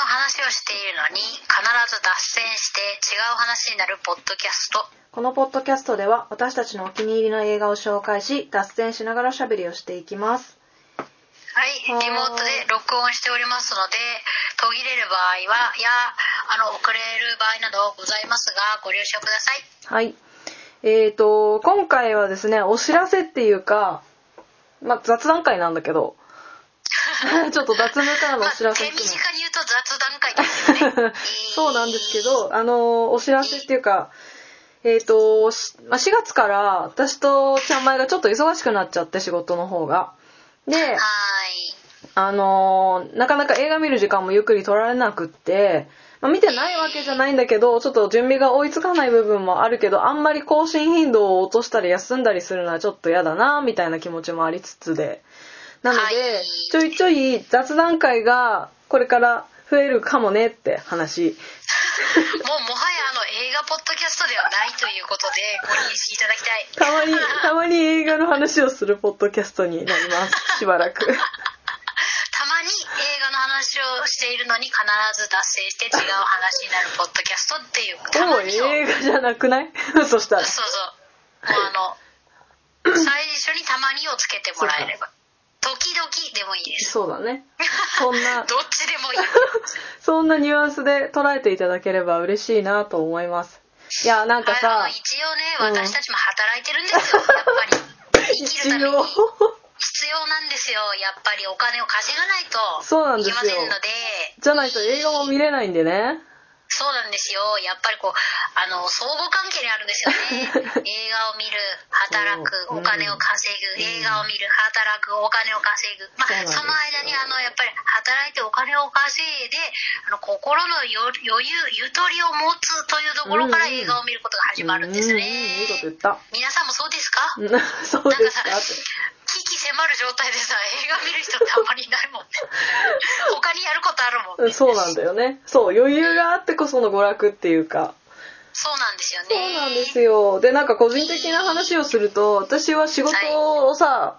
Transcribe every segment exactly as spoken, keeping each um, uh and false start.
話をしているのに必ず脱線して違う話になるポッドキャスト。 このポッドキャストでは私たちのお気に入りの映画を紹介し、脱線しながらしゃべりをしていきます。 はい、リモートで録音しておりますので、途切れる場合はやあの遅れる場合などございますがご了承ください。 はい。えーと今回はですね、お知らせっていうか、まあ、雑談会なんだけどちょっと脱務からのお知らせ、 まあ、手短に言うと雑談会ですよねそうなんですけど、あのお知らせっていうか、えーとまあ、しがつから私とちゃんまいがちょっと忙しくなっちゃって、仕事の方がで、 はい、 あのなかなか映画見る時間もゆっくり取られなくって、まあ、見てないわけじゃないんだけど、ちょっと準備が追いつかない部分もあるけど、あんまり更新頻度を落としたり休んだりするのはちょっと嫌だなみたいな気持ちもありつつで、なので、はい、ちょいちょい雑談会がこれから増えるかもねって話。 もうもはやあの映画ポッドキャストではないということでご認識いただきたい。 たまにたまに映画の話をするポッドキャストになります。しばらく。 たまに映画の話をしているのに必ず脱線して違う話になるポッドキャストっていう。たまにもう映画じゃなくないそしたら。 そうそう。もうあの最初にたまにをつけてもらえれば。時々でもいいです。 そうだね。そんなどっちでもいい。 そんなニュアンスで捉えていただければ嬉しいなと思います。いやなんかさ、 あの一応ね、私たちも働いてるんですよ。やっぱり生きるために必要なんですよ。やっぱりお金を稼がないといけませんので。 じゃないと映画も見れないんでね。 そうなんですよ。やっぱりこうあの相互関係にあるんですよね。映画を見る、働く、お金を稼ぐ、うん、映画を見る、働く、お金を稼ぐ。まあ そ, その間にあのやっぱり働いてお金を稼いで、あの心の余裕、ゆとりを持つというところから映画を見ることが始まるんですね。うんうん、 いいこと言った。 皆さんもそうですか？ そうですかって。 危機迫る状態でさ、映画見る人たまにいないもんね。他にやることあるもんね。 そうなんだよね。そう、余裕があってこその娯楽っていうか。 そうなんですよね。 そうなんですよ。で、なんか個人的な話をすると、私は仕事をさ、はい、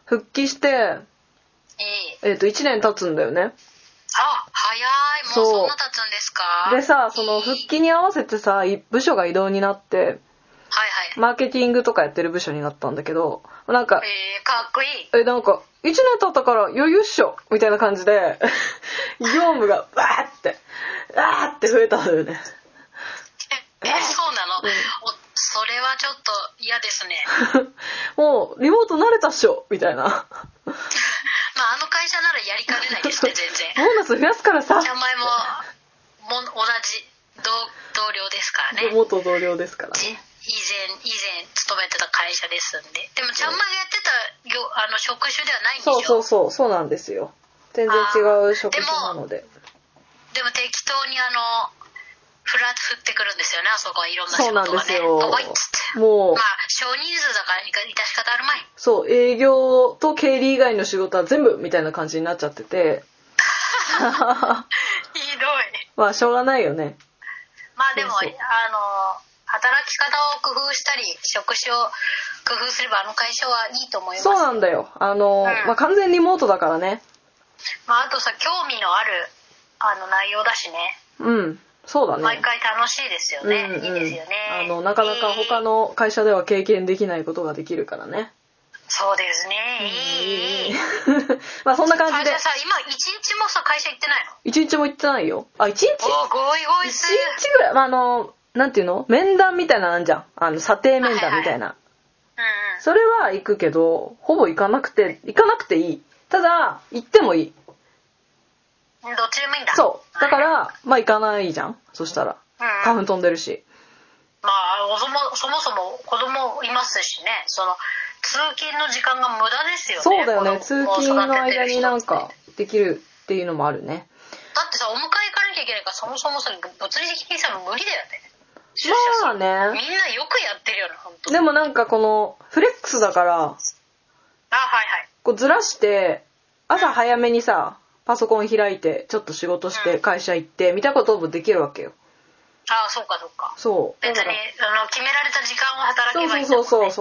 復帰して、えー、えーといちねん経つんだよね。 あ、早い。もうそんな経つんですか？ でさ、その復帰に合わせてさ、部署が異動になって、 はいはい、 マーケティングとかやってる部署になったんだけど、なんか、 えー、かっこいい。 え、なんかいちねん経ったから余裕っしょみたいな感じで業務がバーってバーって増えたのよね。 え、え、そうなの、うん、それはちょっと嫌ですね。 もうリモート慣れたっしょみたいな。まああの会社ならやりかねないですね全然。 ボーナス増やすからさ。 名前もも同じ 同, 同僚ですからね。 元同僚ですからね。 以前以前勤めてた会社ですんで。でもちゃんまがやってた業あの職種ではないんでしょ？ そうそうそうそうなんですよ。全然違う職種なので。 でも適当にあのフラ振ってくるんですよね、あそこはいろんな仕事がね。 そうなんですよ。 おいっつって。 もうまあ少人数だから致し方あるまい。 そう、営業と経理以外の仕事は全部みたいな感じになっちゃってて。 ひどい。 まあしょうがないよね。 まあでもそうそうあの働き方を工夫したり職種を工夫すればあの会社はいいと思います。 そうなんだよ。あの、うん、まあ完全リモートだからね。 まああとさ興味のあるあの内容だしね。 うん。そうだね。 毎回楽しいですよね。うんうん、いいですよね。 あのなかなか他の会社では経験できないことができるからね。 そうですね。いい。 まあそんな感じで。 さ今一日もさ会社行ってないの？ 一日も行ってないよ。あ一日？ おごいごいす。 一日ぐらい。まああのなんていうの？面談みたいなのあんじゃん。あの査定面談みたいな。はいはいはい、うんうん。それは行くけどほぼ行かなくて行かなくていい。ただ行ってもいい。 どっちでもいいんだ。 そうだからまあ行かないじゃん。そしたら、うんうん、花粉飛んでるし。 まあそもそもそも子供いますしね。その通勤の時間が無駄ですよね。 そうだよね。通勤の間になんかできるっていうのもあるね。 だってさお迎え行かなきゃいけないからそもそもさ物理的にさ無理だよね。 まあね。 みんなよくやってるよね本当に。 でもなんかこのフレックスだから。あはいはい。 こうずらして朝早めにさ。パソコン開いてちょっと仕事して会社行ってみたいなこともできるわけよ。 ああそうかそうか。 そう。 別にあの決められた時間を働けばいいんだもんね。 そうそうそうそ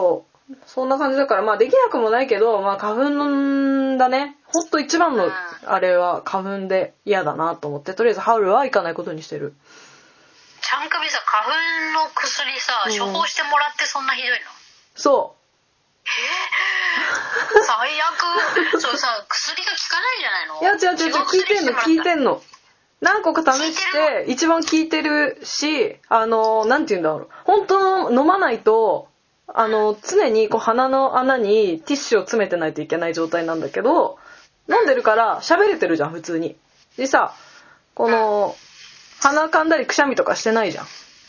そんな感じだから、まあできなくもないけど、まあ花粉だね。ほんと一番のあれは花粉で嫌だなと思って、とりあえずハウルは行かないことにしてる。 ちゃんくびさ、花粉の薬さ、処方してもらってそんなひどいの？ そう。 えー、最悪。そうさ、薬が効かないんじゃないの？ いや違う違う違う、効いてんの効いてんの。何個か試して一番効いてるし、あのなんて言うんだろう、本当飲まないとあの常にこう鼻の穴にティッシュを詰めてないといけない状態なんだけど、飲んでるから喋れてるじゃん普通に。でさ、この鼻噛んだりくしゃみとかしてないじゃん。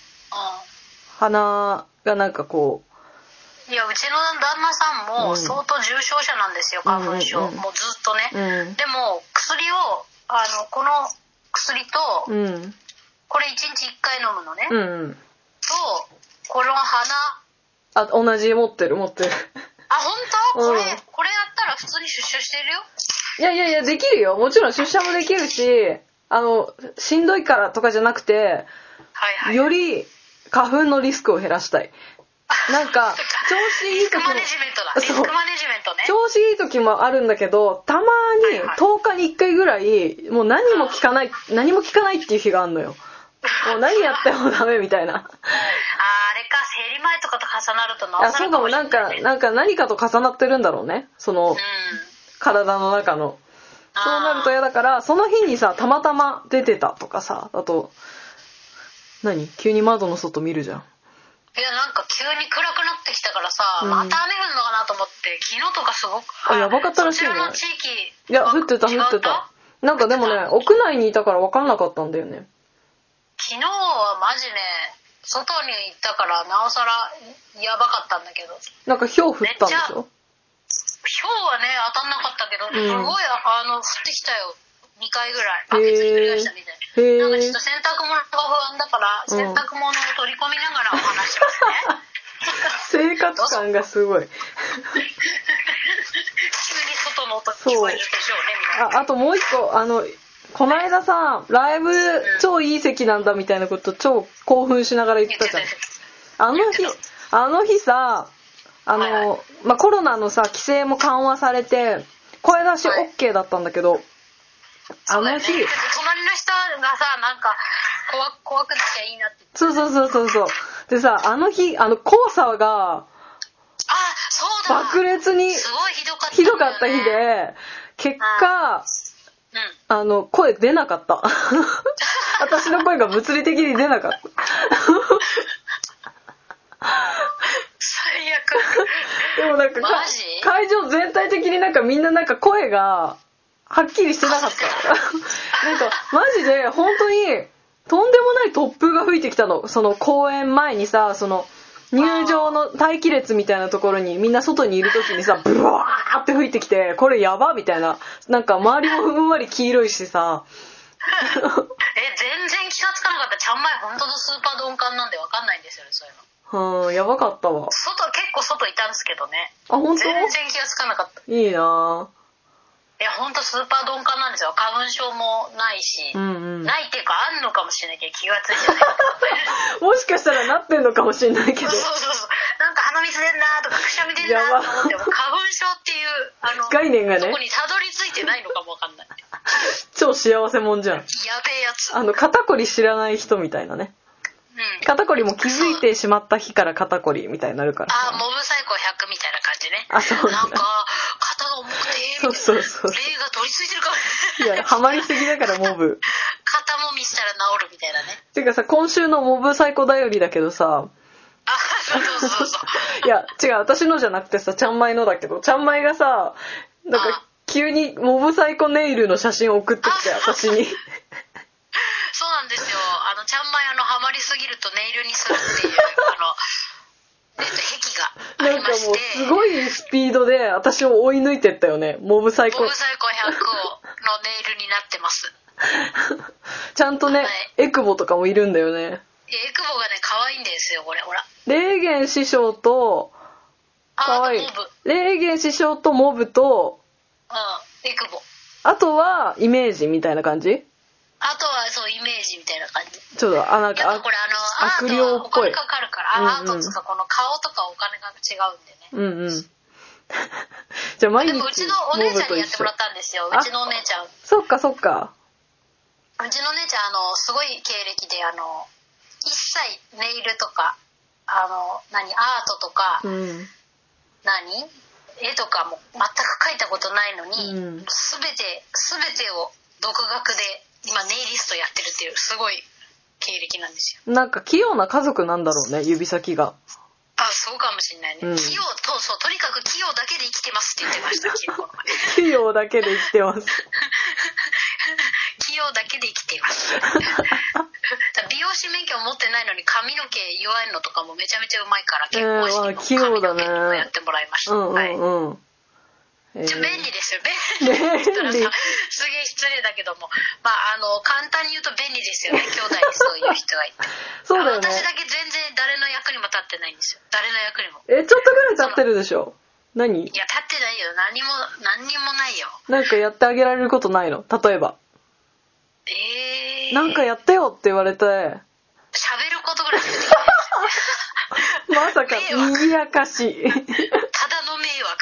鼻がなんかこう、いやうちの旦那さんも相当重症者なんですよ、花粉症、うんうんうん、もうずっとね、うん、でも薬をあのこの薬と、うん、これいちにちいっかい飲むのね、うんうん、とこの鼻、 あ、同じ持ってる持ってる。 あ、本当？これ、うん、これやったら普通に出社してるよ。 いやいやいや、できるよ。もちろん出社もできるし、あのしんどいからとかじゃなくて、はいはい、より花粉のリスクを減らしたい。なんか調子いい時も、リスクマネジメントだ。リスクマネジメントね。調子いい時もあるんだけど、たまにとおかにいっかいぐらいもう何も効かない、何も効かないっていう日があるのよ。もう何やってもダメみたいな。あ、あれか、 生理前とかと重なるとなおさらかもしれないね。 あ、そうかも。なんかなんか何かと重なってるんだろうね。その、うん、体の中の。そうなると嫌だから、その日にさたまたま出てたとかさ、あと何急に窓の外見るじゃん。 いやなんか急に暗くなってきたからさ、うん、また雨降るのかなと思って、昨日とかすごく、 あ、やばかったらしいね。 そちらの地域、 いや降ってた降ってた。なんかでもね、屋内にいたから分かんなかったんだよね。 昨日はマジね、外に行ったからなおさらやばかったんだけど。 なんか氷降ったんでしょ？ 氷はね当たんなかったけど、うん、すごいあの降ってきたよ。にかいぐらいバケツひっくり返したみたいな。なんかちょっと洗濯物が不安だから、洗濯物を取り込みながらお話しますね。生活感がすごい。急に外の音聞こえるでしょうね、皆さん。 あ、あともう一個、あのこの間さライブ超いい席なんだみたいなこと超興奮しながら言ってたじゃん。あの日あの日さ、あの、はいはい、まあ、コロナのさ規制も緩和されて声出し OK だったんだけど、はい、あの日、ね、 隣の人がさなんか 怖, 怖くなっちゃいいなって。 そうそうそうそうそう。でさあの日あの黄砂があそうだ爆裂にすごいひどかった、ね、 ひどかった日で結果、うん、あの声出なかった。私の声が物理的に出なかった。 最悪。 でもなんかマジ？ 会場全体的になんかみんななんか声がはっきりしてなかった。なんかマジで本当にとんでもない突風が吹いてきたの。その公演前にさ、その入場の待機列みたいなところにみんな外にいる時にさブワーって吹いてきて、これやばみたいな。なんか周りもふんわり黄色いしさ。 え全然気がつかなかった。ちゃんまい本当のスーパー鈍感なんで分かんないんですよね、そういうの。 はあ、やばかったわ。 外結構外いたんですけどね。 あ、本当？ 全然気がつかなかった。 いいな。 いや本当スーパー鈍感なんですよ。花粉症もないし、うんうん、ないっていうかあんのかもしれないけど気がついてない。 もしかしたらなってんのかもしれないけど。 そうそうそう。なんか鼻水出んなとかくしゃみ出んなと思っても花粉症っていうあの概念がね、 そこにたどり着いてないのかもわかんない。 超幸せもんじゃん。やべえやつ。 あの肩こり知らない人みたいなね。うん、肩こりも気づいてしまった日から肩こりみたいになるから。 あ、モブサイコひゃくみたいな感じね。 あ、そうなんか肩が重くてみたいな。 そうそうそう。 霊が取り付いてるかも。いやハマりすぎだからモブ。 肩もみしたら治るみたいなね。 てかさ今週のモブサイコだよりだけどさ。 あ、そうそうそうそう。 いや違う私のじゃなくてさちゃんまいのだけどちゃんまいがさなんか急にモブサイコネイルの写真を送ってきて私に。 そうなんですよ。あのちゃんまいあのハマりすぎるとネイルにするっていうあのえっと癖がありまして。なんかもうすごいスピードで私を追い抜いてったよね。モブサイコ。 モブサイコひゃくのネイルになってます。 ちゃんとね、はい、エクボとかもいるんだよね。 エクボがね可愛いんですよこれほら。 レーゲン師匠と可愛い。レーゲン師匠とモブと、 うん、エクボ。 あとはイメージみたいな感じ？ あとはそうイメージみたいな感じ。 ちょっとあなんかこれあの悪霊っぽい。 お金かかるからアートとかこの顔とかお金が違うんでね。 うんうん。じゃあ毎日でもうちのお姉ちゃんにやってもらったんですよ。うちのお姉ちゃん。 そっかそっか。 うちのお姉ちゃんあのすごい経歴で、あの一切ネイルとかあの何アートとか、 うん、 何絵とかも全く描いたことないのに、 うん、 全て全てを独学で今ネイリストやってるっていうすごい経歴なんですよ。 なんか器用な家族なんだろうね、指先が。 あ、そうかもしれないね、うん、器用とそうとにかく器用だけで生きてますって言ってました昨日。 器用だけで生きてます器用だけで生きています美容師免許を持ってないのに髪の毛弱いのとかもめちゃめちゃうまいから、結婚式の髪の毛もやってもらいました、 えーうんうんうん、 はいえー、便利ですよ。便利って言ったらさすげえ失礼だけども、まああの簡単に言うと便利ですよね。兄弟にそういう人がいてそうだよね。 私だけ全然誰の役にも立ってないんですよ。誰の役にも。 えちょっとぐらい立ってるでしょ。何？ いや立ってないよ。何も何にもないよ。 なんかやってあげられることないの？例えばえー、 なんかやってよって言われて喋ることぐらいしかできないですよねまさか賑やかしただの迷惑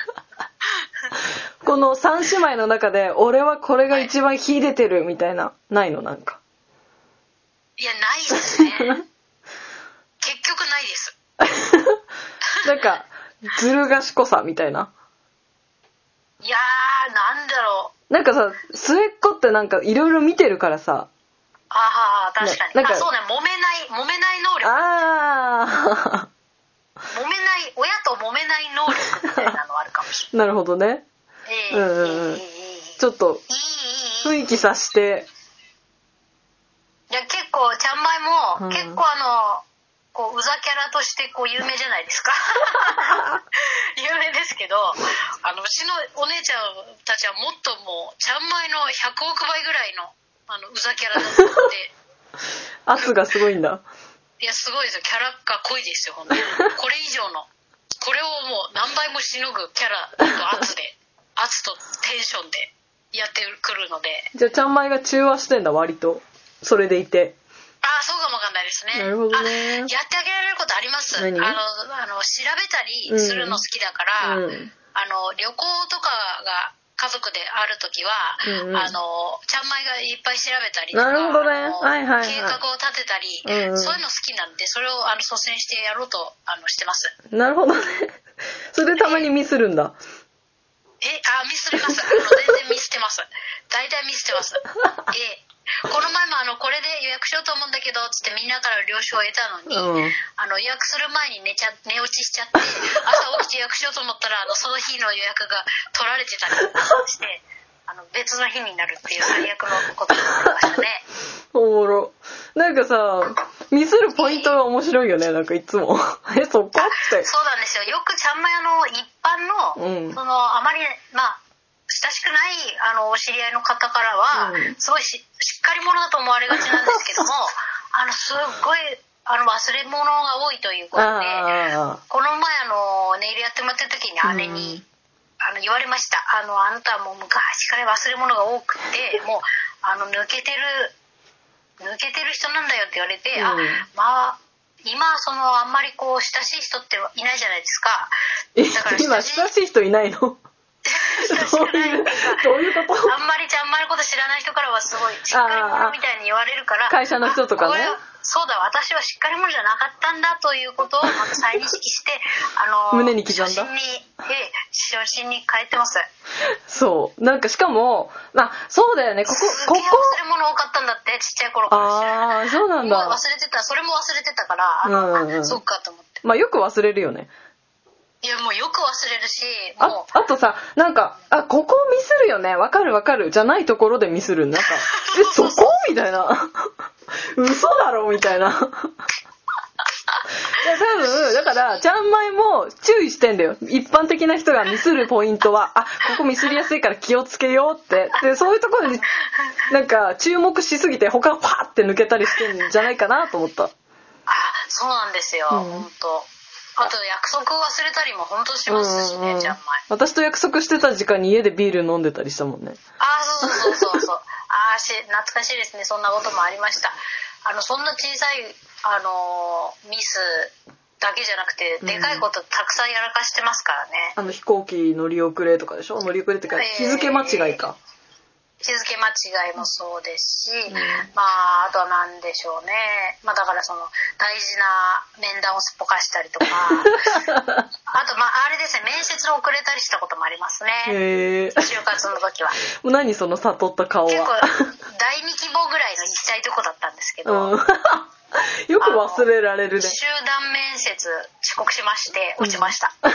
この三姉妹の中で俺はこれが一番秀でてるみたいな、はい、ないの？なんかいやないですね結局ないですなんかずる賢さみたいな。 いやーなんだろうなんかさ末っ子ってなんかいろいろ見てるからさああ確かになんかあそうね揉めない揉めない能力ああ揉めない親と揉めない能力みたいなのあるかもしれないなるほどね、えーうんうんうん、ちょっと雰囲気さしていや結構ちゃんまいも、うん、結構あのこううざキャラとしてこう有名じゃないですか有名ですけどあのうちのお姉ちゃんたちはもっともうちゃんまいのひゃくおくばいぐらいのあのうざキャラだったので圧がすごいんだいやすごいですよ。キャラが濃いですよ本当にこれ以上のこれをもう何倍もしのぐキャラと圧で圧とテンションでやってくるのでじゃあちゃんまいが中和してんだ割とそれでいてああそうかもわかんないですね。 なるほどね。 あやってあげられることあります。あのあの調べたりするの好きだから、うん、あの旅行とかが家族であるときは、うんうん、あのちゃんまいがいっぱい調べたりとか、 なるほどね、はいはいはい、 計画を立てたり、うんうん、そういうの好きなんでそれをあの率先してやろうとあのしてます。 なるほどね。それでたまにミスるんだ。 ええあミスりますあの全然ミスってます。大体ミスってます。えこの前もあのこれで予約しようと思うんだけどつってみんなから了承を得たのに、うん、あの予約する前に寝ちゃ寝落ちしちゃって朝起きて予約しようと思ったらあのその日の予約が取られてたりしてあの別の日になるっていう最悪のことになりましたね。 おもろ。なんかさミスるポイントが面白いよね。なんかいつもえそこってそうなんですよ。よくちゃんまいあの一般の、うん、そのあまりまあ親しくないあのお知り合いの方からは、うん、すごい し, しっかり者だと思われがちなんですけどもあのすっごいあの忘れ物が多いということでこの前あのネイルやってもらった時に姉に、うん、あの言われました。あのあなたはもう昔から忘れ物が多くてもうあの抜けてる抜けてる人なんだよって言われて、うん、あまあ今そのあんまりこう親しい人っていないじゃないですか。 だから今親しい人いないの親しくないっていうかどういうこと？ あんまりちゃんまいのこと知らない人からはすごいしっかり者みたいに言われるから会社の人とかねそうだ私はしっかり者じゃなかったんだということをまた再認識してあの胸に刻んだ初心に初心に変えてます。 そうなんかしかもまあそうだよねここここ忘れ物多かったんだってちっちゃい頃からああそうなんだ。 忘れてたそれも忘れてたからあの、うんうん、そっかと思ってまあよく忘れるよね。 いやもうよく忘れるしもう あ, あとさなんかあここミスるよねわかるわかるじゃないところでミスるなんかえそこみたいな嘘だろみたいないや多分だからちゃんまいも注意してんだよ。一般的な人がミスるポイントはあここミスりやすいから気をつけようってでそういうところになんか注目しすぎて他がパーって抜けたりしてんじゃないかなと思った。 あそうなんですよ、うん、本当あと約束忘れたりも本当しますしね、うんうん、ちゃんまい。 私と約束してた時間に家でビール飲んでたりしたもんね。 ああそうそうそうそうそうああし懐かしいですね。そんなこともありました。あのそんな小さいあのミスだけじゃなくてでかいことたくさんやらかしてますからね、 うん、あの飛行機乗り遅れとかでしょ。乗り遅れってか日付間違いか、 えー日付間違いもそうですし、うん、まああとは何でしょうね、まあだからその大事な面談をすっぽかしたりとかあとまああれですね、面接で遅れたりしたこともありますね。へー、就活の時はもう何その悟った顔は。 結構だいに希望ぐらいの行きたいとこだったんですけど、うん、 よく忘れられるね。 集団面接遅刻しまして落ちました、うん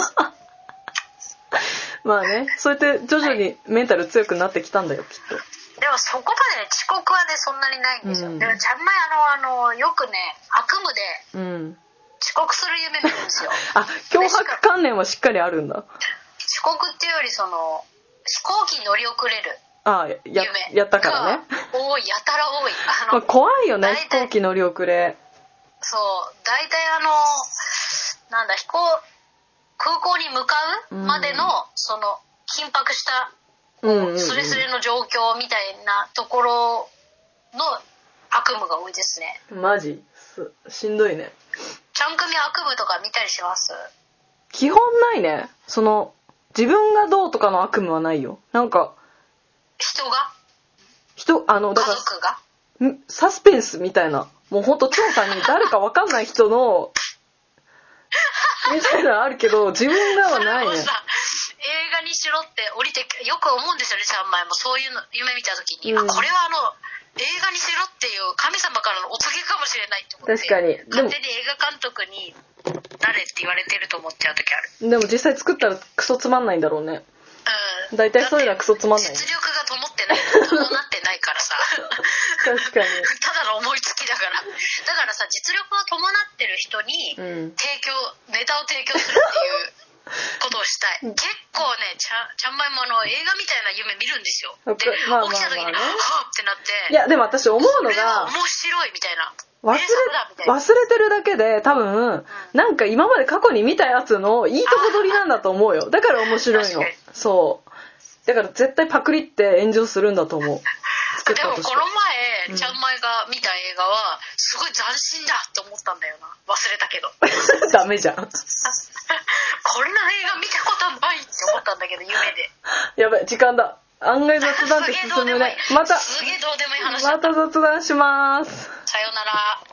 まあね、そうやって徐々にメンタル強くなってきたんだよ、きっと。 でもそこまでね、遅刻はねそんなにないんですよ、うん、でもちゃんまいあのあのよくね悪夢で遅刻する夢見るんですよ、 うん、あ、脅迫観念はしっかりあるんだ。 遅刻っていうよりその飛行機に乗り遅れるあや夢やったからね。 多い、やたら多い。あの、 まあ、怖いよね、飛行機乗り遅れ。 そう大体あのなんだ飛行空港に向かうまでの、うん、その緊迫したスレスレの状況みたいなところの悪夢が多いですね。 マジ し, しんどいね。 ちゃん組悪夢とか見たりします？ 基本ないね。その自分がどうとかの悪夢はないよ。なんか人が人あのだから家族がサスペンスみたいな、もうほんと調査に誰か分かんない人のみたいなのあるけど自分がはないね。 映画にしろって降りてよく思うんですよね。ちゃんまいもそういうの夢見た時に、うん、あこれはあの映画にしろっていう神様からのお告げかもしれないと思って、 確かに勝手に映画監督に誰って言われてると思っちゃう時ある。 でも実際作ったらクソつまんないんだろうね。うん、だいたいそういうのはクソつまんない。 実力が伴ってない伴ってないからさ確かにただの思いつきだからだからさ、実力が伴ってる人に提供、うん、ネタを提供するっていうことをしたい。結構ね、ちゃん、ちゃんまいもあの映画みたいな夢見るんですよ。で、まあまあまあね、起きた時にはぁってなって、 いやでも私思うのが面白いみたいな、 忘れ忘れてるだけで多分、うん、なんか今まで過去に見たやつのいいとこ取りなんだと思うよ。だから面白いの。そうだから絶対パクリって炎上するんだと思う。 でもこの前、うん、ちゃんまいが見た映画はすごい斬新だって思ったんだよな。忘れたけどダメじゃんこんな映画見たことないって思ったんだけど夢で。 やばい時間だ。案外雑談って進むね。またすげえどうでもいい話また雑談します。 さよなら。